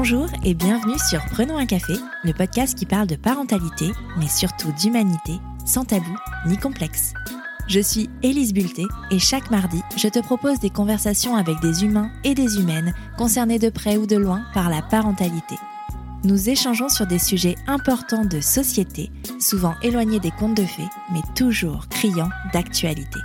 Bonjour et bienvenue sur Prenons un café, le podcast qui parle de parentalité, mais surtout d'humanité, sans tabou ni complexe. Je suis Élise Bulté et chaque mardi, je te propose des conversations avec des humains et des humaines concernés de près ou de loin par la parentalité. Nous échangeons sur des sujets importants de société, souvent éloignés des contes de fées, mais toujours criants d'actualité.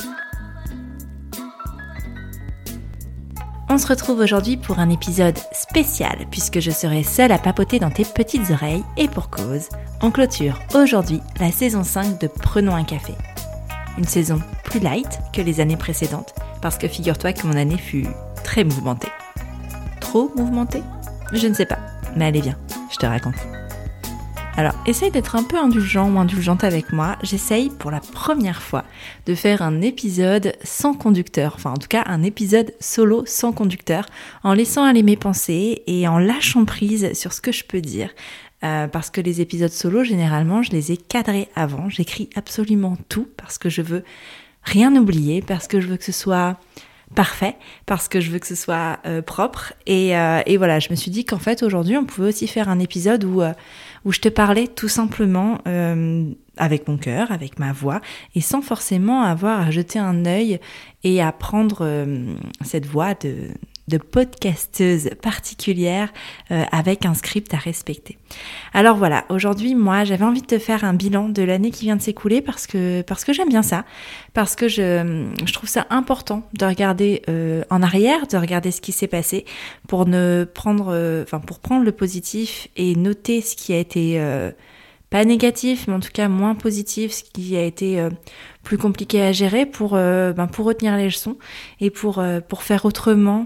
On se retrouve aujourd'hui pour un épisode spécial puisque je serai seule à papoter dans tes petites oreilles et pour cause, on clôture aujourd'hui la saison 5 de Prenons un café. Une saison plus light que les années précédentes parce que figure-toi que mon année fut très mouvementée. Trop mouvementée ? Je ne sais pas, mais allez viens, je te raconte. Alors, essaye d'être un peu indulgent ou indulgente avec moi. J'essaye pour la première fois de faire un épisode sans conducteur, enfin en tout cas un épisode solo sans conducteur, en laissant aller mes pensées et en lâchant prise sur ce que je peux dire. Parce que les épisodes solo, généralement, je les ai cadrés avant. J'écris absolument tout parce que je veux rien oublier, parce que je veux que ce soit parfait, parce que je veux que ce soit propre. Et voilà, je me suis dit qu'en fait, aujourd'hui, on pouvait aussi faire un épisode où je te parlais tout simplement avec mon cœur, avec ma voix, et sans forcément avoir à jeter un œil et à prendre cette voix de podcasteuse particulière avec un script à respecter. Alors voilà, aujourd'hui, moi, j'avais envie de te faire un bilan de l'année qui vient de s'écouler parce que j'aime bien ça, parce que je trouve ça important de regarder en arrière, de regarder ce qui s'est passé pour prendre le positif et noter ce qui a été pas négatif, mais en tout cas moins positif, ce qui a été plus compliqué à gérer pour retenir les leçons et pour faire autrement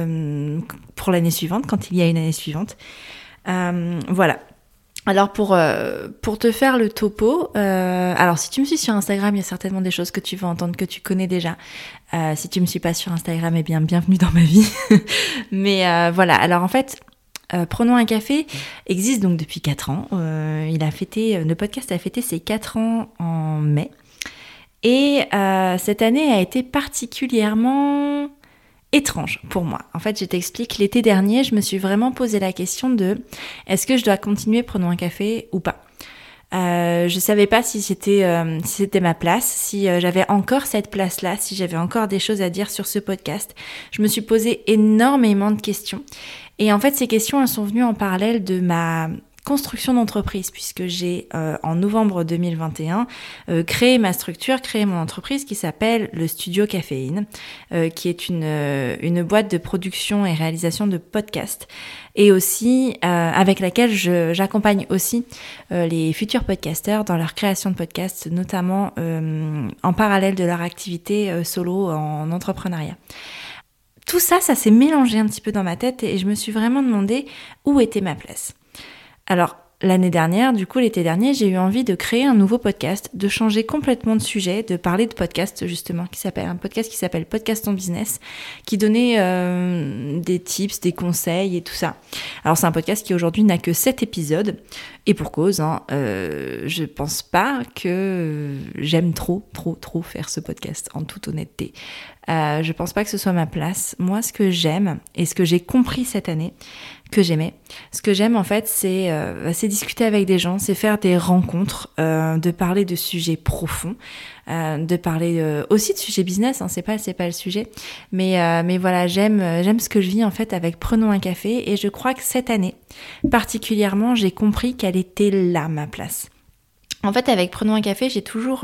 pour l'année suivante, quand il y a une année suivante. Voilà. Alors pour te faire le topo, alors si tu me suis sur Instagram, il y a certainement des choses que tu vas entendre que tu connais déjà. Si tu me suis pas sur Instagram, eh bien bienvenue dans ma vie. Mais voilà, alors en fait, Prenons un café existe donc depuis 4 ans. Le podcast a fêté ses 4 ans en mai. Et cette année a été particulièrement étrange pour moi. En fait, je t'explique, l'été dernier, je me suis vraiment posé la question de est-ce que je dois continuer Prenons un café ou pas ? Je savais pas si c'était ma place, si j'avais encore cette place-là, si j'avais encore des choses à dire sur ce podcast. Je me suis posé énormément de questions. Et en fait, ces questions, elles sont venues en parallèle de ma construction d'entreprise, puisque j'ai, en novembre 2021, créé mon entreprise qui s'appelle le Studio Caféine, qui est une boîte de production et réalisation de podcasts, et aussi avec laquelle j'accompagne aussi les futurs podcasteurs dans leur création de podcasts, notamment en parallèle de leur activité solo en entrepreneuriat. Tout ça s'est mélangé un petit peu dans ma tête et je me suis vraiment demandé où était ma place. Alors, l'année dernière, l'été dernier, j'ai eu envie de créer un nouveau podcast, de changer complètement de sujet, de parler de podcast justement, un podcast qui s'appelle Podcast ton business, qui donnait des tips, des conseils et tout ça. Alors c'est un podcast qui aujourd'hui n'a que 7 épisodes, et pour cause, je pense pas que j'aime trop faire ce podcast, en toute honnêteté. Je pense pas que ce soit ma place. Moi, ce que j'aime, et ce que j'ai compris cette année, que j'aimais. Ce que j'aime en fait, c'est discuter avec des gens, c'est faire des rencontres, de parler de sujets profonds, de parler aussi de sujets business, c'est pas le sujet, mais voilà, j'aime ce que je vis en fait avec Prenons un café, et je crois que cette année particulièrement, j'ai compris quelle était là ma place. En fait, avec Prenons un café, j'ai toujours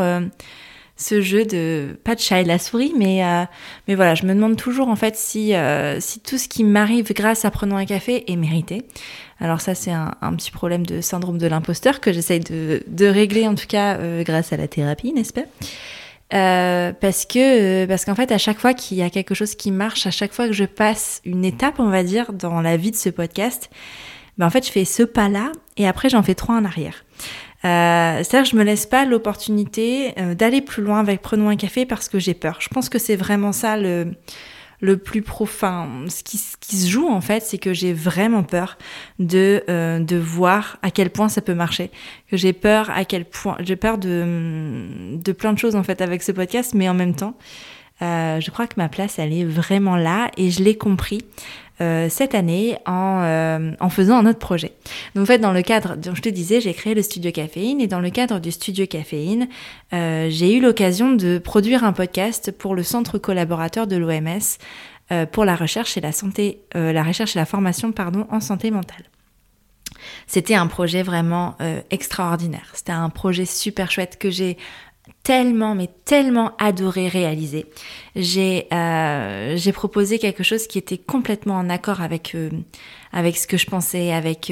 ce jeu de, pas de chat et la souris, mais voilà, je me demande toujours en fait si tout ce qui m'arrive grâce à Prenons un café est mérité. Alors ça, c'est un petit problème de syndrome de l'imposteur que j'essaye de régler, en tout cas grâce à la thérapie, n'est-ce pas ? Parce qu'en fait, à chaque fois qu'il y a quelque chose qui marche, à chaque fois que je passe une étape, on va dire, dans la vie de ce podcast, en fait, je fais ce pas-là et après, j'en fais 3 en arrière. C'est-à-dire que je me laisse pas l'opportunité d'aller plus loin avec Prenons un café parce que j'ai peur. Je pense que c'est vraiment ça le plus profond. Ce qui se joue en fait, c'est que j'ai vraiment peur de voir à quel point ça peut marcher. Que j'ai peur de plein de choses en fait avec ce podcast, mais en même temps, je crois que ma place elle est vraiment là et je l'ai compris cette année en faisant un autre projet. Donc en fait, dans le cadre, je te disais, j'ai créé le Studio Caféine, et dans le cadre du Studio Caféine, j'ai eu l'occasion de produire un podcast pour le centre collaborateur de l'OMS pour la recherche et la formation en santé mentale. C'était un projet vraiment extraordinaire. C'était un projet super chouette que j'ai tellement adoré réaliser. J'ai proposé quelque chose qui était complètement en accord avec ce que je pensais, avec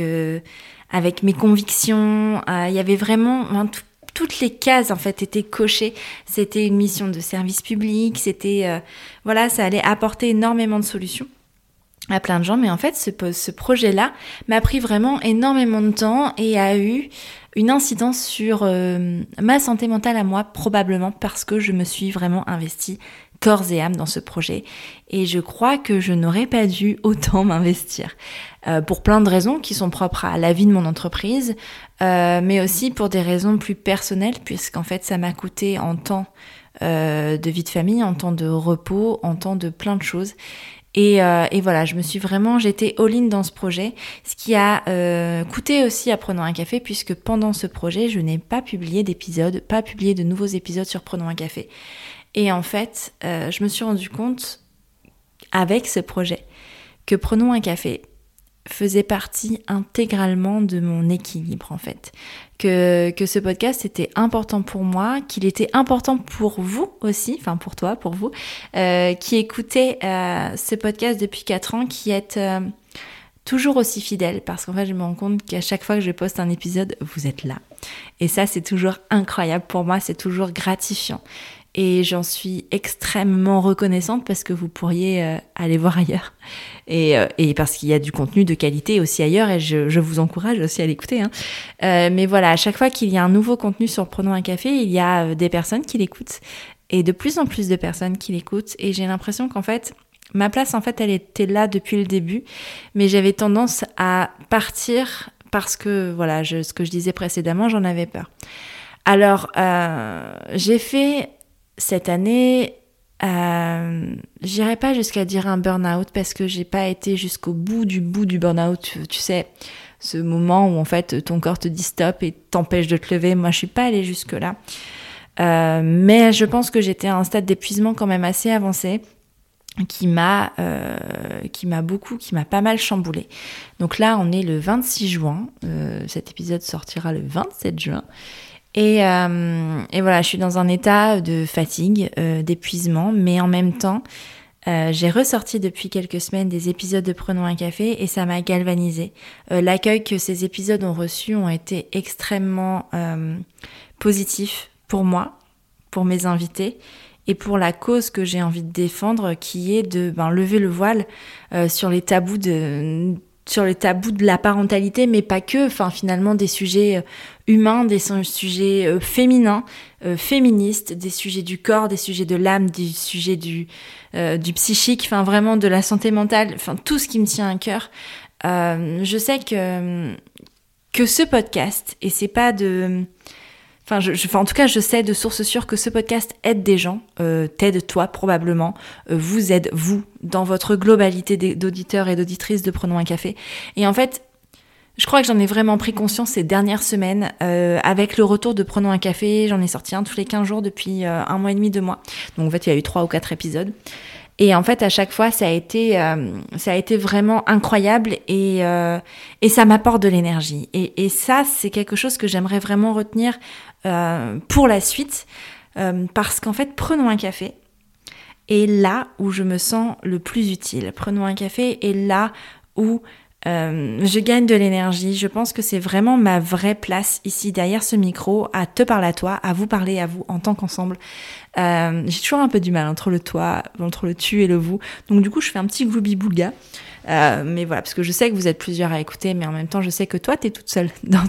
mes convictions. Il y avait vraiment toutes les cases en fait étaient cochées. C'était une mission de service public. C'était ça allait apporter énormément de solutions à plein de gens, mais en fait ce projet-là m'a pris vraiment énormément de temps et a eu une incidence sur ma santé mentale à moi, probablement parce que je me suis vraiment investie corps et âme dans ce projet, et je crois que je n'aurais pas dû autant m'investir pour plein de raisons qui sont propres à la vie de mon entreprise, mais aussi pour des raisons plus personnelles, puisqu'en fait ça m'a coûté en temps de vie de famille, en temps de repos, en temps de plein de choses. Et voilà, j'étais all-in dans ce projet, ce qui a coûté aussi à Prenons un café, puisque pendant ce projet, je n'ai pas publié de nouveaux épisodes sur Prenons un café. Et en fait, je me suis rendu compte, avec ce projet, que Prenons un café faisait partie intégralement de mon équilibre, en fait. Que ce podcast était important pour moi, qu'il était important pour vous aussi, enfin pour toi, pour vous, qui écoutez ce podcast depuis 4 ans, qui êtes toujours aussi fidèles, parce qu'en fait je me rends compte qu'à chaque fois que je poste un épisode, vous êtes là. Et ça, c'est toujours incroyable pour moi, c'est toujours gratifiant. Et j'en suis extrêmement reconnaissante, parce que vous pourriez aller voir ailleurs. Et parce qu'il y a du contenu de qualité aussi ailleurs, et je vous encourage aussi à l'écouter. Mais voilà, à chaque fois qu'il y a un nouveau contenu sur Prenons un café, il y a des personnes qui l'écoutent, et de plus en plus de personnes qui l'écoutent. Et j'ai l'impression qu'en fait, ma place, en fait, elle était là depuis le début, mais j'avais tendance à partir parce que, voilà, ce que je disais précédemment, j'en avais peur. Alors, j'ai fait cette année, j'irai pas jusqu'à dire un burn-out, parce que j'ai pas été jusqu'au bout du burn-out, tu sais, ce moment où en fait ton corps te dit stop et t'empêche de te lever. Moi, je suis pas allée jusque là, mais je pense que j'étais à un stade d'épuisement quand même assez avancé, qui m'a pas mal chamboulée. Donc là, on est le 26 juin, cet épisode sortira le 27 juin. Et voilà, je suis dans un état de fatigue, d'épuisement, mais en même temps, j'ai ressorti depuis quelques semaines des épisodes de Prenons un café, et ça m'a galvanisée. L'accueil que ces épisodes ont reçu ont été extrêmement positifs pour moi, pour mes invités, et pour la cause que j'ai envie de défendre, qui est de lever le voile sur les tabous de la parentalité, mais pas que, finalement des sujets humains, des sujets féminins, féministes, des sujets du corps, des sujets de l'âme, des sujets du psychique, vraiment de la santé mentale, tout ce qui me tient à cœur. Je sais que ce podcast, et c'est pas de... en tout cas, je sais de source sûre que ce podcast aide des gens, t'aide toi probablement, vous aide vous, dans votre globalité d'auditeurs et d'auditrices de Prenons un café. Et en fait, je crois que j'en ai vraiment pris conscience ces dernières semaines, avec le retour de Prenons un café. J'en ai sorti un tous les 15 jours depuis 1 mois et demi, 2 mois. Donc en fait, il y a eu 3 ou 4 épisodes. Et en fait, à chaque fois, ça a été vraiment incroyable, et ça m'apporte de l'énergie. Et ça, c'est quelque chose que j'aimerais vraiment retenir pour la suite, parce qu'en fait, Prenons un café est là où je me sens le plus utile. Prenons un café est là où je gagne de l'énergie. Je pense que c'est vraiment ma vraie place ici, derrière ce micro, à te parler à toi, à vous parler à vous en tant qu'ensemble. J'ai toujours un peu du mal entre le toi, entre le tu et le vous. Donc du coup, je fais un petit gloubi-boulga. Mais voilà, parce que je sais que vous êtes plusieurs à écouter, mais en même temps, je sais que toi, t'es toute seule dans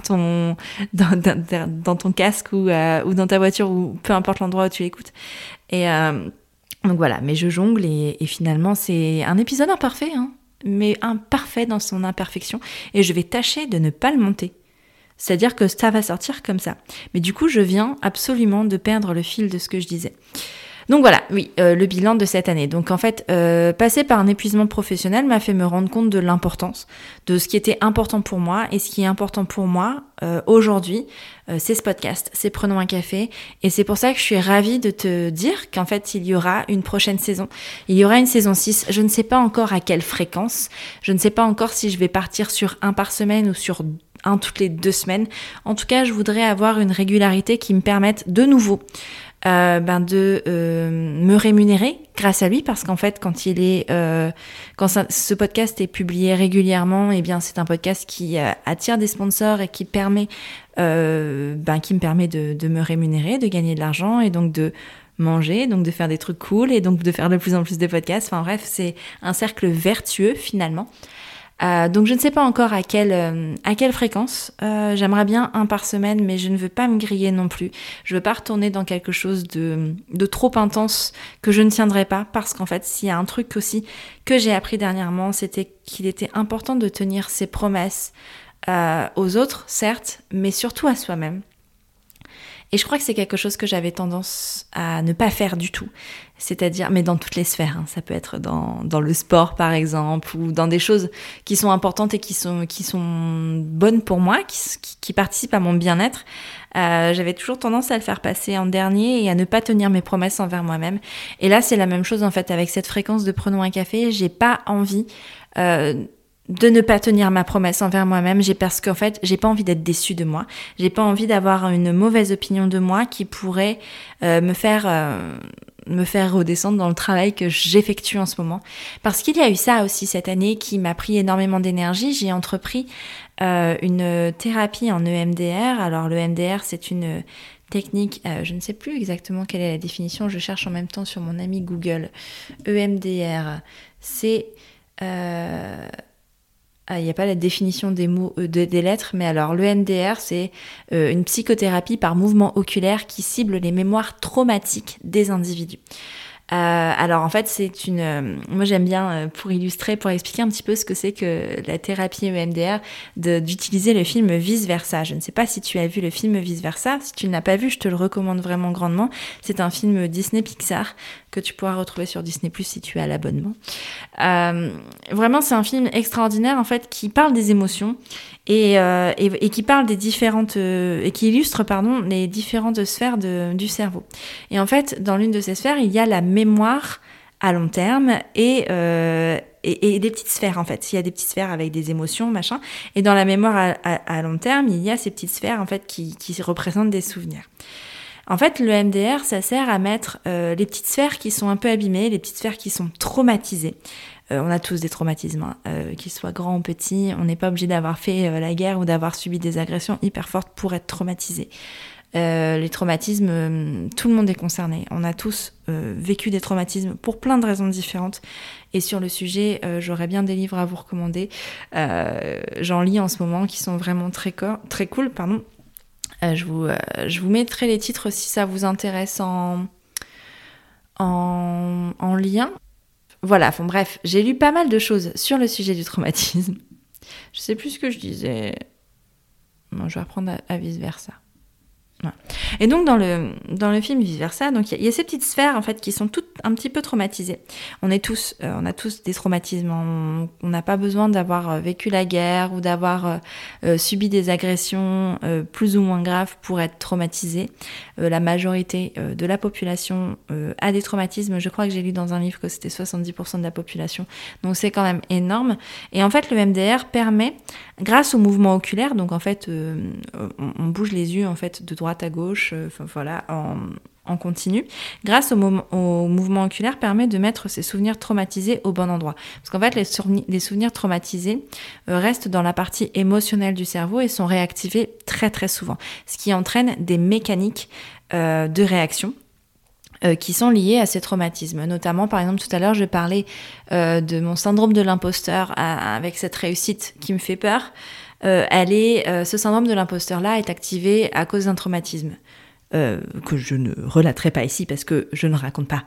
ton casque ou dans ta voiture, ou peu importe l'endroit où tu écoutes. Et donc voilà, mais je jongle, et finalement, c'est un épisode imparfait, mais imparfait dans son imperfection, et je vais tâcher de ne pas le monter. C'est-à-dire que ça va sortir comme ça. Mais du coup, je viens absolument de perdre le fil de ce que je disais. Donc voilà, oui, le bilan de cette année. Donc en fait, passer par un épuisement professionnel m'a fait me rendre compte de l'importance, de ce qui était important pour moi. Et ce qui est important pour moi aujourd'hui, c'est ce podcast, c'est Prenons un café. Et c'est pour ça que je suis ravie de te dire qu'en fait, il y aura une prochaine saison. Il y aura une saison 6. Je ne sais pas encore à quelle fréquence. Je ne sais pas encore si je vais partir sur un par semaine ou sur un toutes les 2 semaines. En tout cas, je voudrais avoir une régularité qui me permette de nouveau me rémunérer grâce à lui, parce qu'en fait quand ce podcast est publié régulièrement, eh bien c'est un podcast qui attire des sponsors et qui me permet de me rémunérer, de gagner de l'argent et donc de manger, donc de faire des trucs cool et donc de faire de plus en plus de podcasts. Enfin bref, c'est un cercle vertueux finalement. Donc je ne sais pas encore à quelle fréquence. J'aimerais bien un par semaine, mais je ne veux pas me griller non plus. Je veux pas retourner dans quelque chose de trop intense que je ne tiendrai pas, parce qu'en fait, s'il y a un truc aussi que j'ai appris dernièrement, c'était qu'il était important de tenir ses promesses aux autres, certes, mais surtout à soi-même. Et je crois que c'est quelque chose que j'avais tendance à ne pas faire du tout. C'est-à-dire, mais dans toutes les sphères, hein. Ça peut être dans le sport par exemple, ou dans des choses qui sont importantes et qui sont bonnes pour moi, qui participent à mon bien-être. J'avais toujours tendance à le faire passer en dernier et à ne pas tenir mes promesses envers moi-même. Et là, c'est la même chose en fait avec cette fréquence de Prenons un café. J'ai pas envie de ne pas tenir ma promesse envers moi-même, parce qu'en fait, j'ai pas envie d'être déçue de moi. J'ai pas envie d'avoir une mauvaise opinion de moi qui pourrait me faire redescendre dans le travail que j'effectue en ce moment. Parce qu'il y a eu ça aussi cette année qui m'a pris énormément d'énergie. J'ai entrepris une thérapie en EMDR. Alors le EMDR, c'est une technique, je ne sais plus exactement quelle est la définition, je cherche en même temps sur mon ami Google. EMDR, c'est... il n'y a pas la définition des mots, des lettres, mais alors l'EMDR, c'est une psychothérapie par mouvement oculaire qui cible les mémoires traumatiques des individus. Alors en fait, moi j'aime bien, pour illustrer, pour expliquer un petit peu ce que c'est que la thérapie EMDR, d'utiliser le film Vice Versa. Je ne sais pas si tu as vu le film Vice Versa. Si tu ne l'as pas vu, je te le recommande vraiment grandement. C'est un film Disney Pixar que tu pourras retrouver sur Disney+ si tu as l'abonnement. Vraiment, c'est un film extraordinaire en fait qui parle des émotions et qui parle des différentes et qui illustre les différentes sphères du cerveau. Et en fait, dans l'une de ces sphères, il y a la mémoire à long terme et des petites sphères en fait. Il y a des petites sphères avec des émotions, machin. Et dans la mémoire à long terme, il y a ces petites sphères en fait qui représentent des souvenirs. En fait, le MDR, ça sert à mettre les petites sphères qui sont un peu abîmées, les petites sphères qui sont traumatisées. On a tous des traumatismes, qu'ils soient grands ou petits. On n'est pas obligé d'avoir fait la guerre ou d'avoir subi des agressions hyper fortes pour être traumatisé. Les traumatismes, tout le monde est concerné. On a tous vécu des traumatismes pour plein de raisons différentes. Et sur le sujet, j'aurais bien des livres à vous recommander. J'en lis en ce moment qui sont vraiment très cool. Je vous mettrai les titres si ça vous intéresse en lien. Voilà, bref, j'ai lu pas mal de choses sur le sujet du traumatisme. Je sais plus ce que je disais. Bon, je vais reprendre à vice versa. Voilà. Et donc dans le film Vice Versa, donc il y a ces petites sphères en fait qui sont toutes un petit peu traumatisées. On a tous des traumatismes. On n'a pas besoin d'avoir vécu la guerre ou d'avoir subi des agressions plus ou moins graves pour être traumatisé. La majorité de la population a des traumatismes. Je crois que j'ai lu dans un livre que c'était 70% de la population. Donc c'est quand même énorme. Et en fait le MDR permet, grâce au mouvement oculaire, donc en fait on bouge les yeux en fait de droite à gauche, en continu, grâce au mouvement oculaire, permet de mettre ces souvenirs traumatisés au bon endroit. Parce qu'en fait, les souvenirs traumatisés restent dans la partie émotionnelle du cerveau et sont réactivés très très souvent, ce qui entraîne des mécaniques de réaction qui sont liées à ces traumatismes. Notamment, par exemple, tout à l'heure, je parlais de mon syndrome de l'imposteur avec cette réussite qui me fait peur. Ce syndrome de l'imposteur-là est activé à cause d'un traumatisme que je ne relaterai pas ici parce que je ne raconte pas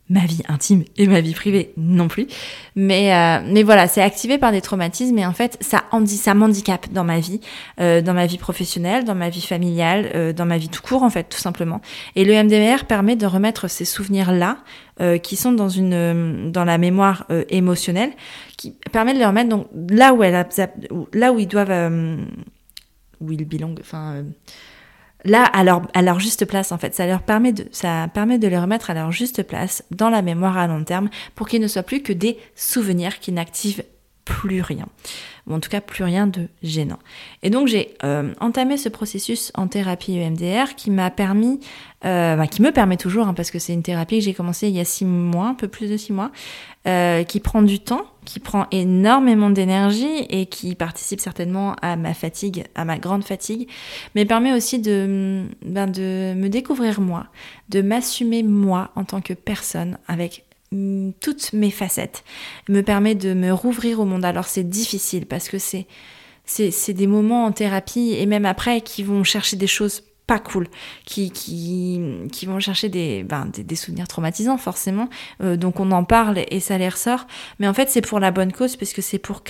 ma vie intime et ma vie privée non plus. Mais voilà, c'est activé par des traumatismes et en fait, ça m'handicape dans ma vie professionnelle, dans ma vie familiale, dans ma vie tout court en fait, tout simplement. Et le MDR permet de remettre ces souvenirs-là, qui sont dans la mémoire émotionnelle, qui permet de les remettre donc là où ils doivent, où ils belong, là, à leur juste place, en fait. Ça permet de les remettre à leur juste place dans la mémoire à long terme pour qu'ils ne soient plus que des souvenirs qui n'activent plus rien. Ou en tout cas, plus rien de gênant. Et donc, j'ai entamé ce processus en thérapie EMDR qui m'a permis, qui me permet toujours, hein, parce que c'est une thérapie que j'ai commencée il y a 6 mois, un peu plus de 6 mois, qui prend du temps, qui prend énormément d'énergie et qui participe certainement à ma fatigue, à ma grande fatigue, mais permet aussi de me découvrir moi, de m'assumer moi en tant que personne avec toutes mes facettes, me permet de me rouvrir au monde. Alors c'est difficile parce que c'est des moments en thérapie et même après qui vont chercher des choses pas cool, qui vont chercher des souvenirs traumatisants forcément, donc on en parle et ça les ressort, mais en fait c'est pour la bonne cause parce que c'est pour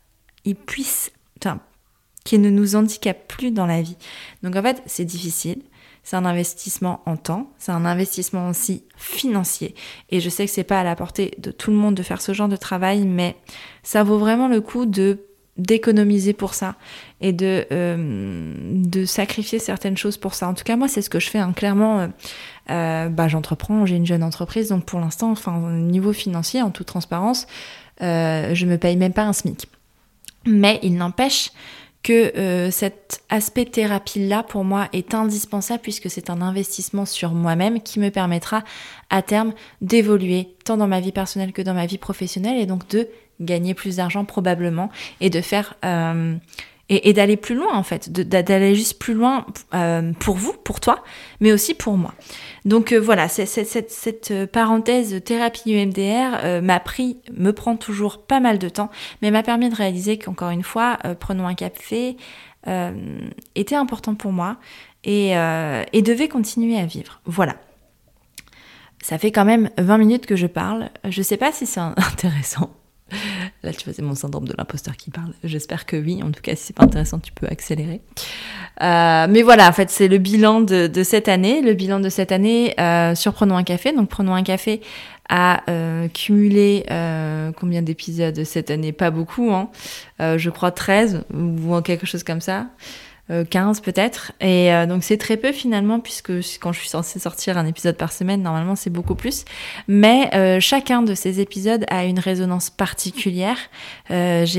qu'ils ne nous handicapent plus dans la vie. Donc en fait c'est difficile. C'est un investissement en temps, c'est un investissement aussi financier. Et je sais que c'est pas à la portée de tout le monde de faire ce genre de travail, mais ça vaut vraiment le coup d'économiser pour ça et de sacrifier certaines choses pour ça. En tout cas, moi, c'est ce que je fais, hein. Clairement, j'entreprends, j'ai une jeune entreprise, donc pour l'instant, au niveau financier, en toute transparence, je me paye même pas un SMIC. Mais il n'empêche que cet aspect thérapie-là, pour moi, est indispensable puisque c'est un investissement sur moi-même qui me permettra à terme d'évoluer tant dans ma vie personnelle que dans ma vie professionnelle et donc de gagner plus d'argent probablement et de faire et d'aller plus loin en fait, d'aller juste plus loin pour vous, pour toi, mais aussi pour moi. Donc voilà, cette parenthèse thérapie EMDR me prend toujours pas mal de temps, mais m'a permis de réaliser qu'encore une fois, prenons un café était important pour moi et devait continuer à vivre. Voilà. Ça fait quand même 20 minutes que je parle. Je sais pas si c'est intéressant. Là, tu vois, c'est mon syndrome de l'imposteur qui parle. J'espère que oui. En tout cas, si c'est pas intéressant, tu peux accélérer. Mais voilà, en fait, c'est le bilan de cette année. Le bilan de cette année sur Prenons un café. Donc, Prenons un café a cumulé combien d'épisodes cette année? Pas beaucoup, hein. Je crois 13 ou quelque chose comme ça. 15 peut-être, et donc c'est très peu finalement puisque quand je suis censée sortir un épisode par semaine, normalement c'est beaucoup plus, mais chacun de ces épisodes a une résonance particulière. On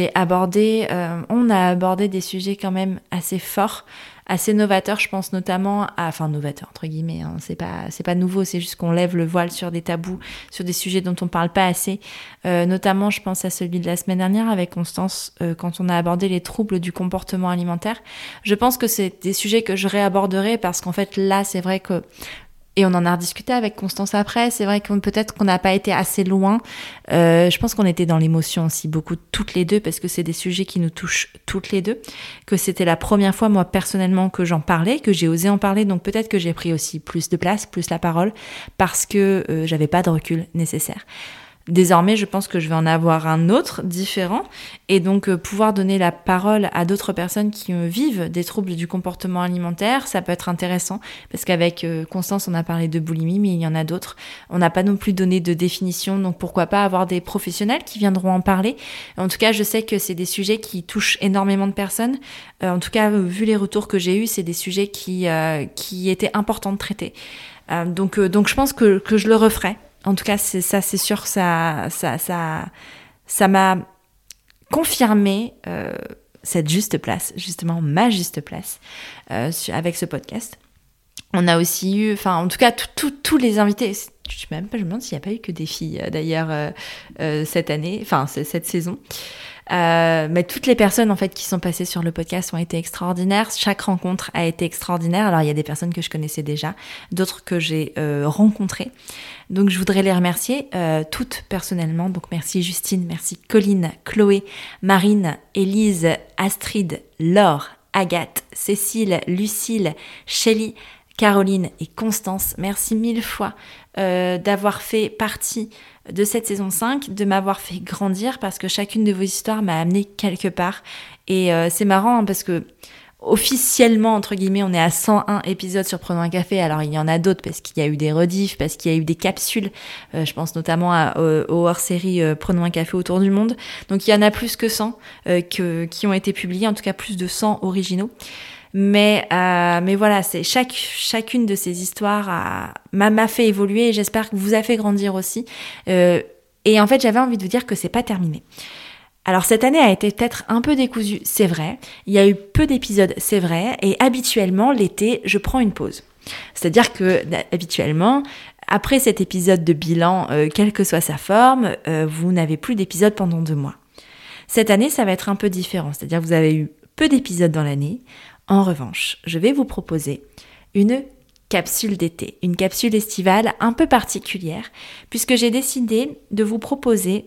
a abordé des sujets quand même assez forts, assez novateur, je pense notamment novateur entre guillemets, hein, c'est pas nouveau, c'est juste qu'on lève le voile sur des tabous, sur des sujets dont on parle pas assez, notamment je pense à celui de la semaine dernière avec Constance, quand on a abordé les troubles du comportement alimentaire. Je pense que c'est des sujets que je réaborderai parce qu'en fait là c'est vrai que, et on en a rediscuté avec Constance après, c'est vrai que peut-être qu'on n'a pas été assez loin. Je pense qu'on était dans l'émotion aussi beaucoup toutes les deux parce que c'est des sujets qui nous touchent toutes les deux, que c'était la première fois moi personnellement que j'en parlais, que j'ai osé en parler, donc peut-être que j'ai pris aussi plus de place, plus la parole parce que j'avais pas de recul nécessaire. Désormais, je pense que je vais en avoir un autre différent et donc pouvoir donner la parole à d'autres personnes qui vivent des troubles du comportement alimentaire, ça peut être intéressant parce qu'avec Constance, on a parlé de boulimie, mais il y en a d'autres. On n'a pas non plus donné de définition, donc pourquoi pas avoir des professionnels qui viendront en parler. En tout cas, je sais que c'est des sujets qui touchent énormément de personnes. En tout cas, vu les retours que j'ai eus, c'est des sujets qui étaient importants de traiter. Donc je pense que je le referai. En tout cas, c'est sûr, ça m'a confirmé cette juste place, justement ma juste place avec ce podcast. On a aussi eu, en tout cas, tous les invités. Je me demande s'il n'y a pas eu que des filles d'ailleurs cette année, cette saison. Mais toutes les personnes en fait qui sont passées sur le podcast ont été extraordinaires. Chaque rencontre a été extraordinaire. Alors il y a des personnes que je connaissais déjà, d'autres que j'ai rencontrées. Donc je voudrais les remercier toutes personnellement. Donc merci Justine, merci Colline, Chloé, Marine, Élise, Astrid, Laure, Agathe, Cécile, Lucille, Shelly, Caroline et Constance, merci 1000 fois d'avoir fait partie de cette saison 5, de m'avoir fait grandir parce que chacune de vos histoires m'a amené quelque part. Et c'est marrant parce que officiellement, entre guillemets, on est à 101 épisodes sur Prenons un café. Alors, il y en a d'autres parce qu'il y a eu des rediffs, parce qu'il y a eu des capsules. Je pense notamment au hors-série Prenons un café autour du monde. Donc, il y en a plus que 100 qui ont été publiés, en tout cas plus de 100 originaux. Mais voilà, c'est chacune de ces histoires m'a fait évoluer et j'espère que vous a fait grandir aussi. Et en fait, j'avais envie de vous dire que c'est pas terminé. Alors cette année a été peut-être un peu décousue, c'est vrai. Il y a eu peu d'épisodes, c'est vrai. Et habituellement, l'été, je prends une pause. C'est-à-dire que habituellement, après cet épisode de bilan, quelle que soit sa forme, vous n'avez plus d'épisodes pendant 2 mois. Cette année, ça va être un peu différent. C'est-à-dire que vous avez eu peu d'épisodes dans l'année. En revanche, je vais vous proposer une capsule d'été, une capsule estivale un peu particulière, puisque j'ai décidé de vous proposer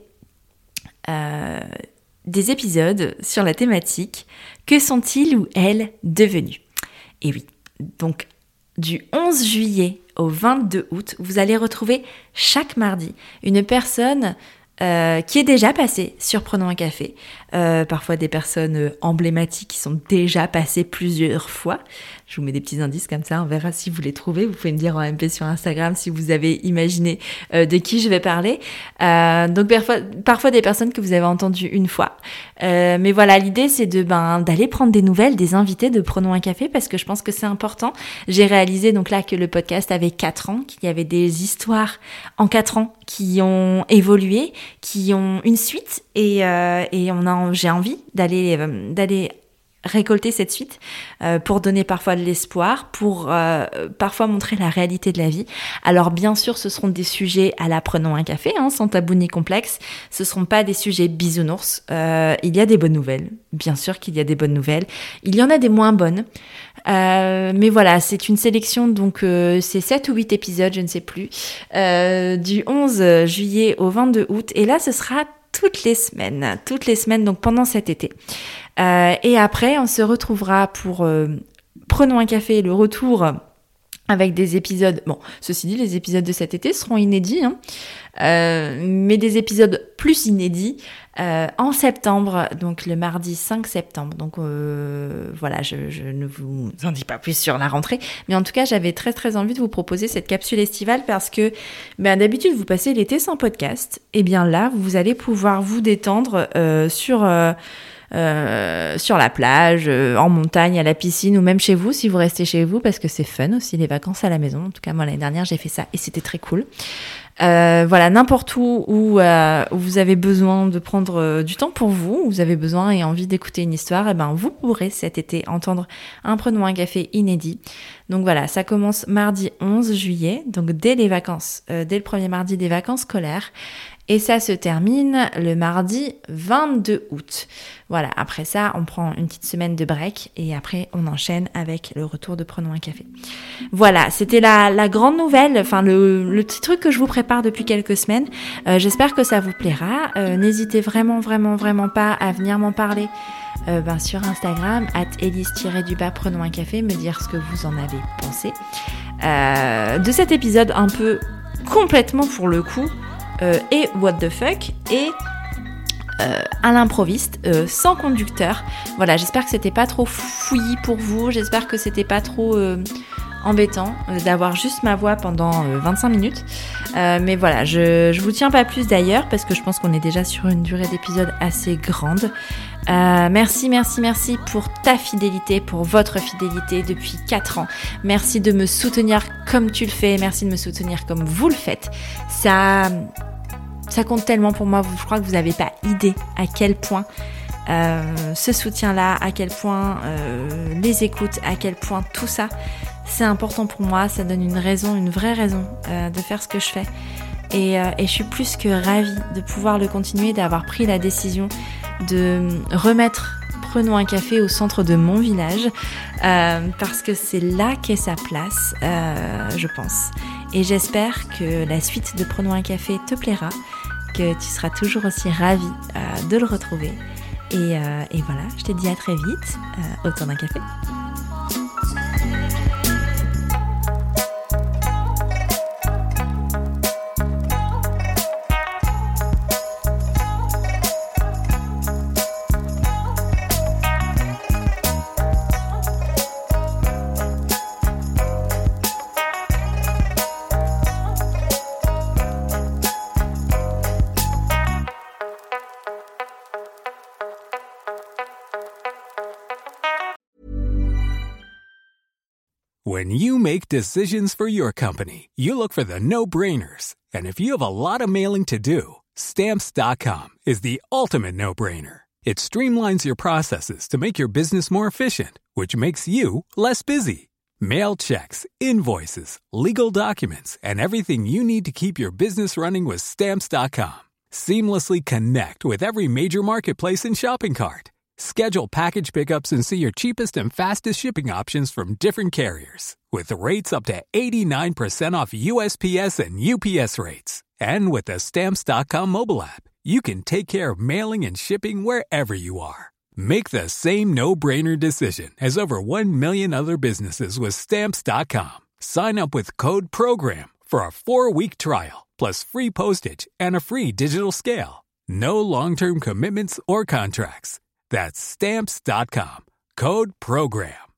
des épisodes sur la thématique « Que sont-ils ou elles devenus ?» Et oui, donc du 11 juillet au 22 août, vous allez retrouver chaque mardi une personne qui est déjà passée sur Prenons un café. Parfois des personnes emblématiques qui sont déjà passées plusieurs fois. Je vous mets des petits indices comme ça, on verra si vous les trouvez. Vous pouvez me dire en MP sur Instagram si vous avez imaginé de qui je vais parler. Donc parfois des personnes que vous avez entendues une fois. Mais voilà, l'idée c'est d'aller prendre des nouvelles des invités de Prenons un café parce que je pense que c'est important. J'ai réalisé donc là que le podcast avait 4 ans, qu'il y avait des histoires en 4 ans qui ont évolué, qui ont une suite et j'ai envie d'aller récolter cette suite pour donner parfois de l'espoir, pour parfois montrer la réalité de la vie. Alors bien sûr, ce seront des sujets à la Prenons un café, sans tabou ni complexe. Ce seront pas des sujets bisounours. Il y a des bonnes nouvelles. Bien sûr qu'il y a des bonnes nouvelles. Il y en a des moins bonnes. Mais voilà, c'est une sélection, donc c'est 7 ou 8 épisodes, je ne sais plus, du 11 juillet au 22 août. Et là, ce sera toutes les semaines, donc pendant cet été. Et après, on se retrouvera pour Prenons un café, le retour avec des épisodes. Bon, ceci dit, les épisodes de cet été seront inédits, mais des épisodes plus inédits en septembre, donc le mardi 5 septembre. Donc voilà, je ne vous en dis pas plus sur la rentrée, mais en tout cas, j'avais très très envie de vous proposer cette capsule estivale parce que d'habitude, vous passez l'été sans podcast. Et bien là, vous allez pouvoir vous détendre sur la plage, en montagne, à la piscine ou même chez vous si vous restez chez vous parce que c'est fun aussi les vacances à la maison. En tout cas moi l'année dernière j'ai fait ça et c'était très cool. Voilà, n'importe où vous avez besoin de prendre du temps pour vous, vous avez besoin et envie d'écouter une histoire, et vous pourrez cet été entendre un Prenons un café inédit. Donc voilà, ça commence mardi 11 juillet, donc dès les vacances, dès le premier mardi des vacances scolaires. Et ça se termine le mardi 22 août. Voilà, après ça, on prend une petite semaine de break et après, on enchaîne avec le retour de Prenons un café. Voilà, c'était la grande nouvelle, enfin le petit truc que je vous prépare depuis quelques semaines. J'espère que ça vous plaira. N'hésitez vraiment pas à venir m'en parler sur Instagram, @elise_du-bas Prenons un café, me dire ce que vous en avez pensé. De cet épisode un peu complètement pour le coup, et what the fuck, et à l'improviste, sans conducteur. Voilà, j'espère que c'était pas trop fouillis pour vous, j'espère que c'était pas trop embêtant d'avoir juste ma voix pendant 25 minutes. Mais voilà, je vous tiens pas plus d'ailleurs parce que je pense qu'on est déjà sur une durée d'épisode assez grande. Merci pour ta fidélité, pour votre fidélité depuis 4 ans. Merci de me soutenir comme tu le fais, merci de me soutenir comme vous le faites. Ça compte tellement pour moi, je crois que vous n'avez pas idée à quel point ce soutien-là, à quel point les écoutes, à quel point tout ça, c'est important pour moi, ça donne une vraie raison de faire ce que je fais. Et je suis plus que ravie de pouvoir le continuer, d'avoir pris la décision de remettre Prenons un café au centre de mon village, parce que c'est là qu'est sa place, je pense. Et j'espère que la suite de Prenons un café te plaira, que tu seras toujours aussi ravie de le retrouver. Et voilà, je te dis à très vite, autour d'un café. When you make decisions for your company, you look for the no-brainers. And if you have a lot of mailing to do, Stamps.com is the ultimate no-brainer. It streamlines your processes to make your business more efficient, which makes you less busy. Mail checks, invoices, legal documents, and everything you need to keep your business running with Stamps.com. Seamlessly connect with every major marketplace and shopping cart. Schedule package pickups and see your cheapest and fastest shipping options from different carriers. With rates up to 89% off USPS and UPS rates. And with the Stamps.com mobile app, you can take care of mailing and shipping wherever you are. Make the same no-brainer decision as over 1 million other businesses with Stamps.com. Sign up with code PROGRAM for a 4-week trial, plus free postage and a free digital scale. No long-term commitments or contracts. That's Stamps.com. Code PROGRAM.